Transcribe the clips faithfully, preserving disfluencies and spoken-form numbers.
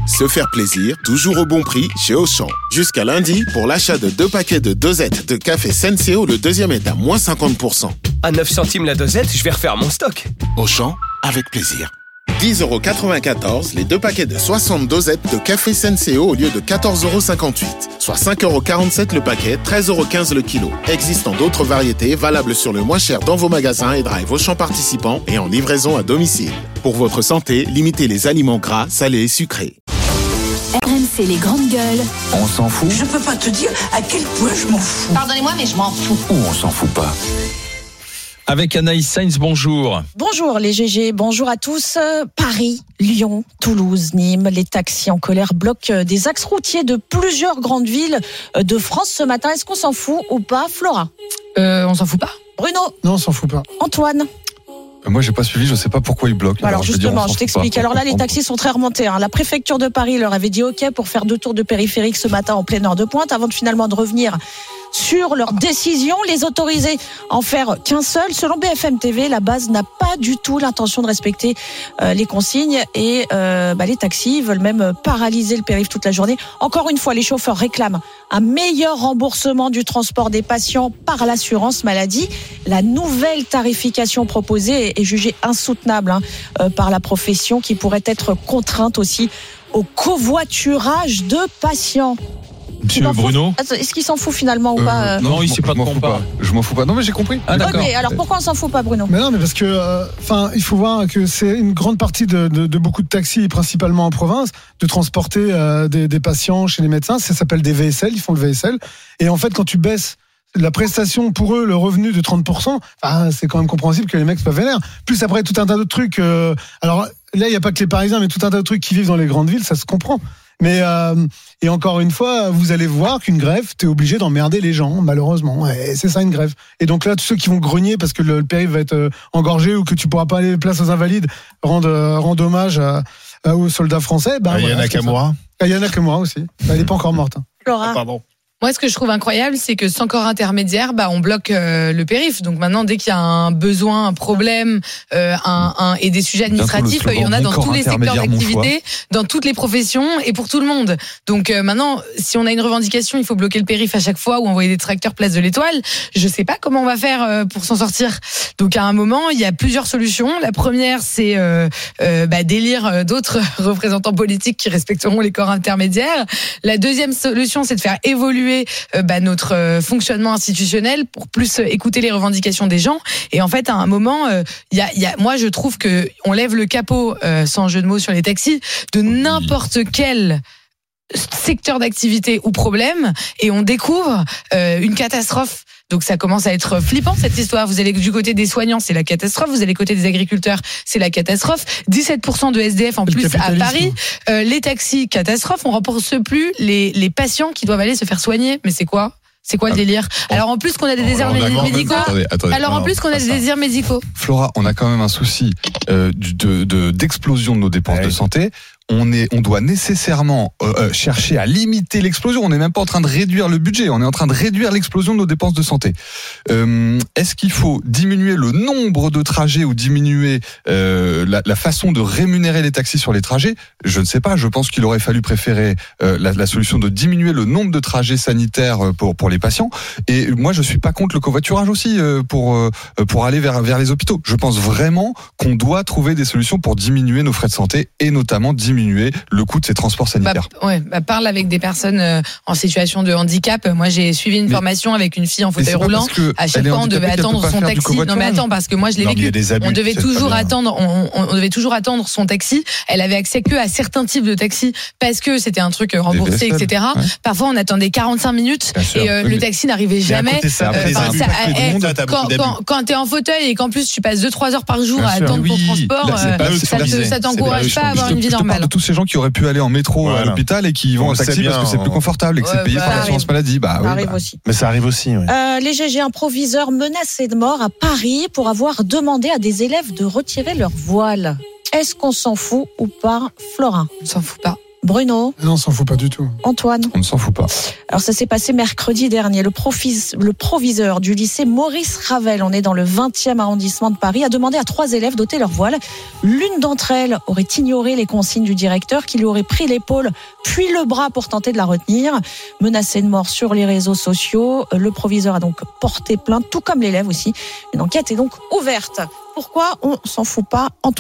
Se faire plaisir, toujours au bon prix chez Auchan. Jusqu'à lundi, pour l'achat de deux paquets de dosettes de café Senseo, le deuxième est à moins cinquante pour cent. À neuf centimes la dosette, je vais refaire mon stock. Auchan, avec plaisir. dix euros quatre-vingt-quatorze les deux paquets de soixante dosettes de café Senseo au lieu de quatorze euros cinquante-huit. Soit cinq euros quarante-sept le paquet, treize euros quinze le kilo. Existant d'autres variétés valables sur le moins cher dans vos magasins et drive Auchan participants et en livraison à domicile. Pour votre santé, limitez les aliments gras, salés et sucrés. R M C les grandes gueules. On s'en fout. Je peux pas te dire à quel point je m'en fous. Pardonnez-moi, mais je m'en fous. Ou on s'en fout pas. Avec Anaïs Sainz, bonjour. Bonjour les G G, bonjour à tous. Paris, Lyon, Toulouse, Nîmes, les taxis en colère bloquent des axes routiers de plusieurs grandes villes de France ce matin. Est-ce qu'on s'en fout ou pas, Flora ? Euh, on s'en fout pas. Bruno ? Non, on s'en fout pas. Antoine ? Moi, j'ai pas suivi, je sais pas pourquoi ils bloquent. Alors, Alors justement, je, je t'explique. Alors là, les taxis sont très remontés. Hein. La préfecture de Paris leur avait dit OK pour faire deux tours de périphérique ce matin en pleine heure de pointe, avant de finalement de revenir sur leur décision, les autoriser à en faire qu'un seul. Selon B F M T V, la base n'a pas du tout l'intention de respecter euh, les consignes et euh, bah, les taxis veulent même paralyser le périph' toute la journée. Encore une fois, les chauffeurs réclament un meilleur remboursement du transport des patients par l'assurance maladie. La nouvelle tarification proposée est jugée insoutenable hein, euh, par la profession qui pourrait être contrainte aussi au covoiturage de patients. Monsieur Bruno ? Est-ce qu'il s'en fout finalement ou Euh, pas euh... Non, il sait pas de quoi on parle. Je m'en fous pas. Non, mais j'ai compris. Ah, d'accord. Ok, alors pourquoi on s'en fout pas, Bruno ? Mais non, mais parce que, enfin, euh, il faut voir que c'est une grande partie de, de, de beaucoup de taxis, principalement en province, de transporter euh, des, des patients chez les médecins. Ça s'appelle des V S L, ils font le V S L. Et en fait, quand tu baisses la prestation pour eux, le revenu de trente pour cent, ah, c'est quand même compréhensible que les mecs soient vénères. Plus après, tout un tas d'autres trucs. Euh, alors là, il n'y a pas que les Parisiens, mais tout un tas de trucs qui vivent dans les grandes villes, ça se comprend. Mais euh, et encore une fois, vous allez voir qu'une grève, t'es obligé d'emmerder les gens, malheureusement. Et c'est ça une grève. Et donc là, tous ceux qui vont grogner parce que le, le périph' va être euh, engorgé ou que tu pourras pas aller place aux invalides, rendre, euh, rendre hommage à, à, aux soldats français. Bah, Ayana voilà, Nakamura. Ayana Nakamura aussi. Bah, elle est pas encore morte. Hein. Laura. Ah, pardon. Moi, ce que je trouve incroyable, c'est que sans corps intermédiaire, bah, on bloque euh, le périph'. Donc maintenant, dès qu'il y a un besoin, un problème, euh, un, un et des sujets administratifs, il y en a dans tous les secteurs d'activité, dans toutes les professions et pour tout le monde. Donc euh, maintenant, si on a une revendication, il faut bloquer le périph' à chaque fois ou envoyer des tracteurs place de l'Étoile. Je sais pas comment on va faire euh, pour s'en sortir. Donc à un moment, il y a plusieurs solutions. La première, c'est euh, euh, bah, d'élire d'autres représentants politiques qui respecteront les corps intermédiaires. La deuxième solution, c'est de faire évoluer Euh, bah, notre euh, fonctionnement institutionnel pour plus euh, écouter les revendications des gens. Et en fait, à un moment, il euh, y, a, y a, moi, je trouve que on lève le capot, euh, sans jeu de mots sur les taxis, de n'importe quel secteur d'activité ou problème, et on découvre euh, une catastrophe. Donc ça commence à être flippant cette histoire. Vous allez du côté des soignants, c'est la catastrophe. Vous allez du côté des agriculteurs, c'est la catastrophe. dix-sept pour cent de S D F en plus à Paris. Euh, les taxis, catastrophe. On rembourse plus les, les patients qui doivent aller se faire soigner. Mais c'est quoi ? C'est quoi le délire ? Alors en plus qu'on a des déserts médicaux. Attendez, attendez, Alors en plus qu'on a des déserts médicaux. Flora, on a quand même un souci euh, de, de, d'explosion de nos dépenses ouais. de santé. On, est, on doit nécessairement euh, chercher à limiter l'explosion. On n'est même pas en train de réduire le budget. On est en train de réduire l'explosion de nos dépenses de santé. Euh, est-ce qu'il faut diminuer le nombre de trajets ou diminuer euh, la, la façon de rémunérer les taxis sur les trajets ? Je ne sais pas. Je pense qu'il aurait fallu préférer euh, la, la solution de diminuer le nombre de trajets sanitaires pour, pour les patients. Et moi, je suis pas contre le covoiturage aussi euh, pour, euh, pour aller vers, vers les hôpitaux. Je pense vraiment qu'on doit trouver des solutions pour diminuer nos frais de santé et notamment diminuer le coût de ces transports sanitaires. Bah, ouais, bah, parle avec des personnes euh, en situation de handicap. Moi, j'ai suivi une mais, formation avec une fille en fauteuil roulant. À chaque fois, on devait attendre son taxi. Non, mais attends, parce que moi, je l'ai non, vécu. On devait toujours attendre. On, on, on devait toujours attendre son taxi. Elle avait accès que à certains types de taxis parce que c'était un truc remboursé, et cetera. Ouais. Parfois, on attendait quarante-cinq minutes et euh, oui, le taxi n'arrivait jamais. Ça, euh, ça, ça, eh, quand quand, quand t'es en fauteuil et qu'en plus tu passes deux trois heures par jour à attendre ton transport, ça t'encourage pas à avoir une vie normale. Tous ces gens qui auraient pu aller en métro voilà. à l'hôpital et qui vont en taxi bien, parce que c'est plus confortable et que ouais, c'est payé bah, par l'assurance maladie. Bah, ça oui, arrive bah. aussi. Mais ça arrive aussi. Oui. Euh, les G G, un proviseur menacé de mort à Paris pour avoir demandé à des élèves de retirer leur voile. Est-ce qu'on s'en fout ou pas, Flora ? On s'en fout pas. Bruno. Non, on s'en fout pas du tout. Antoine. On ne s'en fout pas. Alors ça s'est passé mercredi dernier. Le, profis, le proviseur du lycée Maurice Ravel, on est dans le vingtième arrondissement de Paris, a demandé à trois élèves d'ôter leur voile. L'une d'entre elles aurait ignoré les consignes du directeur qui lui aurait pris l'épaule puis le bras pour tenter de la retenir. Menacée de mort sur les réseaux sociaux, le proviseur a donc porté plainte, tout comme l'élève aussi. Une enquête est donc ouverte. Pourquoi on s'en fout pas, Antoine ?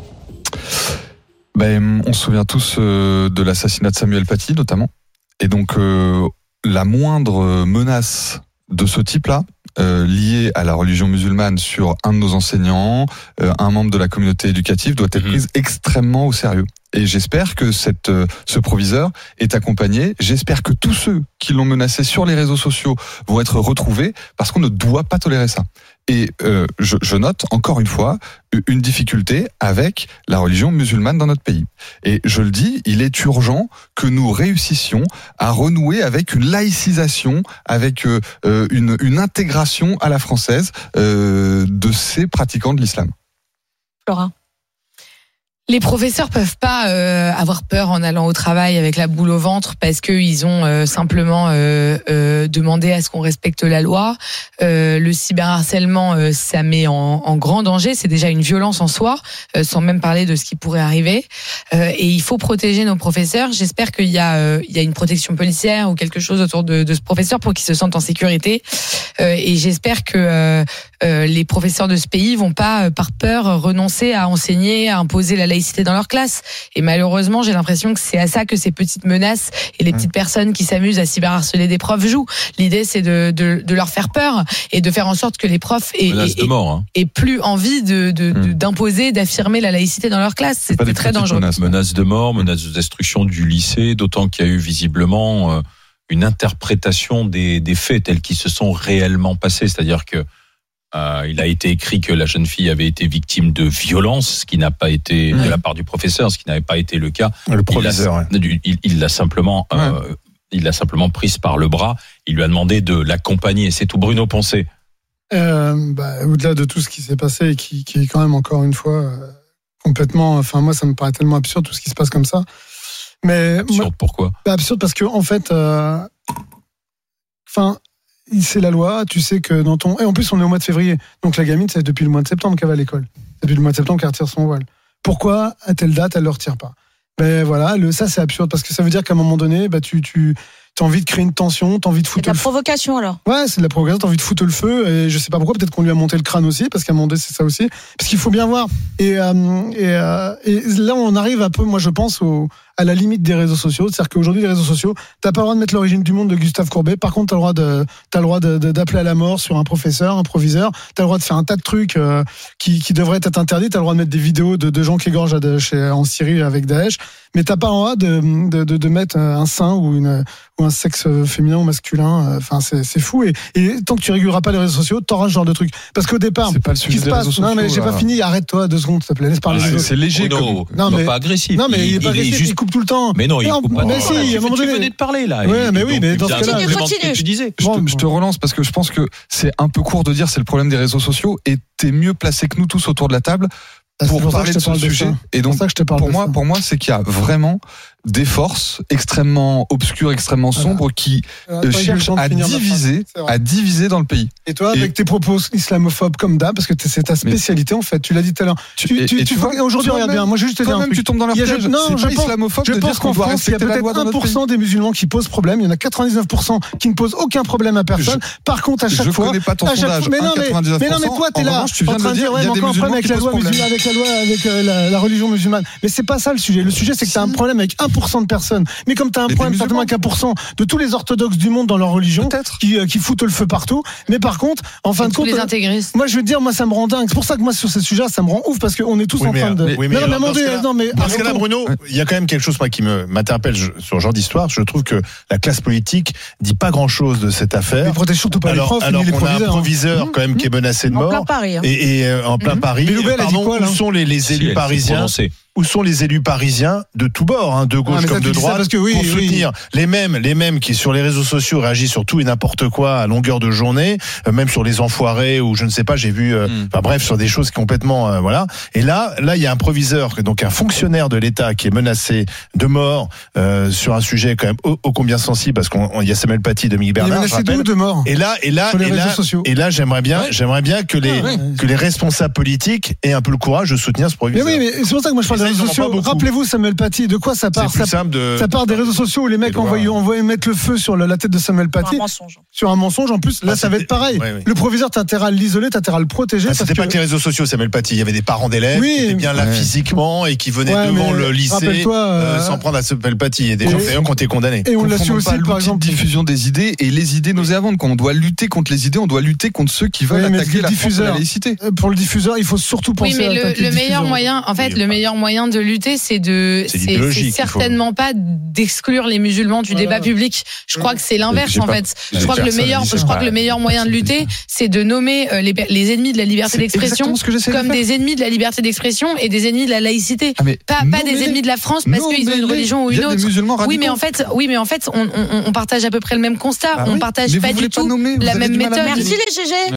Ben, on se souvient tous euh, de l'assassinat de Samuel Paty, notamment. Et donc, euh, la moindre menace de ce type-là, euh, liée à la religion musulmane sur un de nos enseignants, euh, un membre de la communauté éducative, doit être prise extrêmement au sérieux. Et j'espère que cette, euh, ce proviseur est accompagné. J'espère que tous ceux qui l'ont menacé sur les réseaux sociaux vont être retrouvés, parce qu'on ne doit pas tolérer ça. Et euh, je, je note encore une fois une difficulté avec la religion musulmane dans notre pays. Et je le dis, il est urgent que nous réussissions à renouer avec une laïcisation, avec euh, une, une intégration à la française euh, de ces pratiquants de l'islam. Laura. Les professeurs peuvent pas euh, avoir peur en allant au travail avec la boule au ventre parce que ils ont euh, simplement euh, euh, demandé à ce qu'on respecte la loi. Euh, le cyberharcèlement, euh, ça met en, en grand danger. C'est déjà une violence en soi, euh, sans même parler de ce qui pourrait arriver. Euh, et il faut protéger nos professeurs. J'espère qu'il y a, euh, il y a une protection policière ou quelque chose autour de, de ce professeur pour qu'il se sente en sécurité. Euh, et j'espère que euh, euh, les professeurs de ce pays vont pas, euh, par peur, renoncer à enseigner, à imposer la laïcité dans leur classe. Et malheureusement, j'ai l'impression que c'est à ça que ces petites menaces et les petites personnes qui s'amusent à cyberharceler des profs jouent. L'idée, c'est de, de, de leur faire peur et de faire en sorte que les profs aient, menace de mort, hein. aient plus envie de, de, de, d'imposer, d'affirmer la laïcité dans leur classe. C'est, c'est très dangereux. Menace, menace de mort, menace de destruction du lycée, d'autant qu'il y a eu visiblement euh, une interprétation des, des faits tels qu'ils se sont réellement passés. C'est-à-dire que Euh, il a été écrit que la jeune fille avait été victime de violence, ce qui n'a pas été ouais. de la part du professeur, ce qui n'avait pas été le cas. Le proviseur, il l'a, il, il l'a simplement, ouais. euh, il l'a simplement prise par le bras. Il lui a demandé de l'accompagner. C'est tout, Bruno Poncet. Euh, bah, au-delà de tout ce qui s'est passé et qui, qui est quand même encore une fois euh, complètement. Enfin, moi, ça me paraît tellement absurde tout ce qui se passe comme ça. Mais absurde moi, pourquoi bah, absurde parce que en fait, euh, enfin. C'est la loi, tu sais que dans ton... Et en plus, on est au mois de février. Donc la gamine, c'est depuis le mois de septembre qu'elle va à l'école. C'est depuis le mois de septembre qu'elle retire son voile. Pourquoi, à telle date, elle ne le retire pas ? Ben voilà, le, ça c'est absurde, parce que ça veut dire qu'à un moment donné, bah, tu... tu T'as envie de créer une tension, t'as envie de foutre c'est de la le feu. provocation alors. Ouais, c'est de la provocation, t'as envie de foutre le feu, et je sais pas pourquoi, peut-être qu'on lui a monté le crâne aussi, parce qu'à un moment donné, c'est ça aussi. Parce qu'il faut bien voir. Et, euh, et, euh, et là, on arrive un peu, moi je pense, au, à la limite des réseaux sociaux. C'est-à-dire qu'aujourd'hui, les réseaux sociaux, t'as pas le droit de mettre l'origine du monde de Gustave Courbet. Par contre, t'as le droit de, t'as le droit de, de, d'appeler à la mort sur un professeur, un proviseur. T'as le droit de faire un tas de trucs euh, qui, qui devraient être interdits. T'as le droit de mettre des vidéos de, de gens qui égorgent à Daesh, en Syrie avec Daesh. Mais t'as pas le droit de, de, de, de mettre un sein ou une, ou un sexe féminin ou masculin. Enfin, c'est, c'est fou. Et, et tant que tu réguleras pas les réseaux sociaux, t'auras ce genre de truc. Parce qu'au départ, c'est pas le sujet ce qui se des passe, réseaux sociaux. Non, mais j'ai là. pas fini. Arrête-toi deux secondes, s'il te plaît. Laisse parler. Ah, les c'est, autres. c'est léger. Oh, comme... non, mais pas agressif. Non, mais il, il est pas il, agressif. est juste... Il coupe tout le temps. Mais non, il non, coupe pas. Mais si, à un moment tu donné. venais de parler là. Ouais, mais oui, mais dans ce cas-là, continue, continue. Tu disais. Je te, je te relance parce que je pense que c'est un peu court de dire c'est le problème des réseaux sociaux et t'es mieux placé que nous tous autour de la table pour, pour parler de ce sujet. Et donc, pour moi, pour moi, c'est qu'il y a vraiment des forces extrêmement obscures, extrêmement sombres voilà. qui euh, cherchent à diviser, à diviser dans le pays. Et toi, avec et... tes propos islamophobes comme d'hab, parce que c'est ta spécialité mais... en fait, tu l'as dit tout à l'heure. Tu, tu, et, tu, et tu vois, aujourd'hui, regarde bien, moi je vais juste te dire un truc. Tu tombes dans leur piège. Non, c'est pas islamophobe je de pense dire qu'on qu'en doit France, il y a peut-être un pour cent des musulmans qui posent problème. Il y en a quatre-vingt-dix-neuf pour cent qui ne posent aucun problème à personne. Par contre, à chaque fois, je connais pas ton sondage. Mais non, mais toi, t'es là, en train de dire ouais, encore un problème avec la loi musulmane, avec la loi, avec la religion musulmane. Mais c'est pas ça le sujet. Le sujet, c'est que t'as un problème avec un pour cent de personnes. Mais comme tu as un problème certainement avec un pour cent de tous les orthodoxes du monde dans leur religion, qui, euh, qui foutent le feu partout. Mais par contre, en fin de compte, les intégristes. moi je veux dire, moi ça me rend dingue. C'est pour ça que moi sur ce sujet, ça me rend ouf parce qu'on est tous oui, en train de. Oui, mais non, alors, mais dans, ce cas-là, non, mais dans ce cas-là, Bruno, il y a quand même quelque chose moi qui me m'interpelle je, sur ce genre d'histoire. Je trouve que la classe politique dit pas grand-chose de cette affaire. Mais protège surtout pas alors, les profs. Alors ni qu'on les a un proviseur hein. quand même qui est menacé de mort. En plein Paris. Hein. Et, et euh, en plein mmh. Paris. Mais Loubet, pardon, quoi, où sont les, les élus si, parisiens? où sont les élus parisiens de tous bords, hein, de gauche Ah, comme de droite, que oui, pour oui. soutenir les mêmes, les mêmes qui sur les réseaux sociaux réagissent sur tout et n'importe quoi à longueur de journée, euh, même sur les enfoirés ou je ne sais pas, j'ai vu, euh, Mm. enfin bref, sur des choses complètement, euh, voilà. Et là, là, il y a un proviseur, donc un fonctionnaire de l'État qui est menacé de mort euh, sur un sujet quand même ô, ô combien sensible, parce qu'il y a Samuel Paty, Dominique Il est Bernard. je menacé rappelle. d'où de mort Et là, et là, Sur les et réseaux là, sociaux. et là, j'aimerais bien, Ouais. j'aimerais bien que les Ah ouais. que les responsables politiques aient un peu le courage de soutenir ce Mais proviseur. oui, mais c'est pour ça que moi je parle Et des ça, ils réseaux en ont pas sociaux. beaucoup. Rappelez-vous Samuel Paty, de quoi ça C'est part plus ça, simple de. ça part des réseaux sociaux où les mecs Et de voir. envoyaient, envoyaient mettre le feu sur le- la tête de Samuel C'est un Paty. mensonge. Sur un mensonge, en plus, là Ah, ça va c'était- être pareil. Ouais, ouais. Le proviseur, t'as intérêt à l'isoler, t'as intérêt à le protéger. Ah, parce c'était pas que- que les réseaux sociaux, Samuel Paty. Il y avait des parents d'élèves Oui, qui étaient bien là ouais. physiquement et qui venaient Ouais, devant mais le lycée rappelle-toi, euh, euh, sans prendre à Samuel Paty. Et des et- gens d'ailleurs qui ont été condamnés. Et on l'a su Confondons aussi, pas par l'outil exemple. de diffusion des idées et les idées nauséabondes. Quand on doit lutter contre les idées, on doit lutter contre ceux qui veulent Oui, mais attaquer le la France et la diffuseur. laïcité. Euh, Pour le diffuseur, il faut surtout penser Oui, mais à le, attaquer le meilleur diffuseur. moyen, en fait, Oui, le pas. meilleur moyen de lutter, c'est de, C'est c'est l'idéologie c'est qu'il faut. certainement pas d'exclure les musulmans du Voilà. débat public. Je crois que c'est l'inverse, J'ai en pas- fait. Je j'ai crois que le personne meilleur, dit ça. je crois que le Ouais, meilleur moyen de lutter, c'est de nommer euh, les, les ennemis de la liberté C'est d'expression exactement ce que j'essaie de comme faire. des ennemis de la liberté d'expression et des ennemis de la laïcité. Ah, mais Pas, pas nommez-les. des ennemis de la France parce qu'ils ont une Nommez-les. religion ou Il y une a des autre. musulmans Oui, mais radicaux. en fait, oui, mais en fait, on, on, on partage à peu près le même constat. Ah on oui. partage Mais pas vous du voulez pas tout nommer, vous la avez même du mal à méthode. nommer. Merci les G G.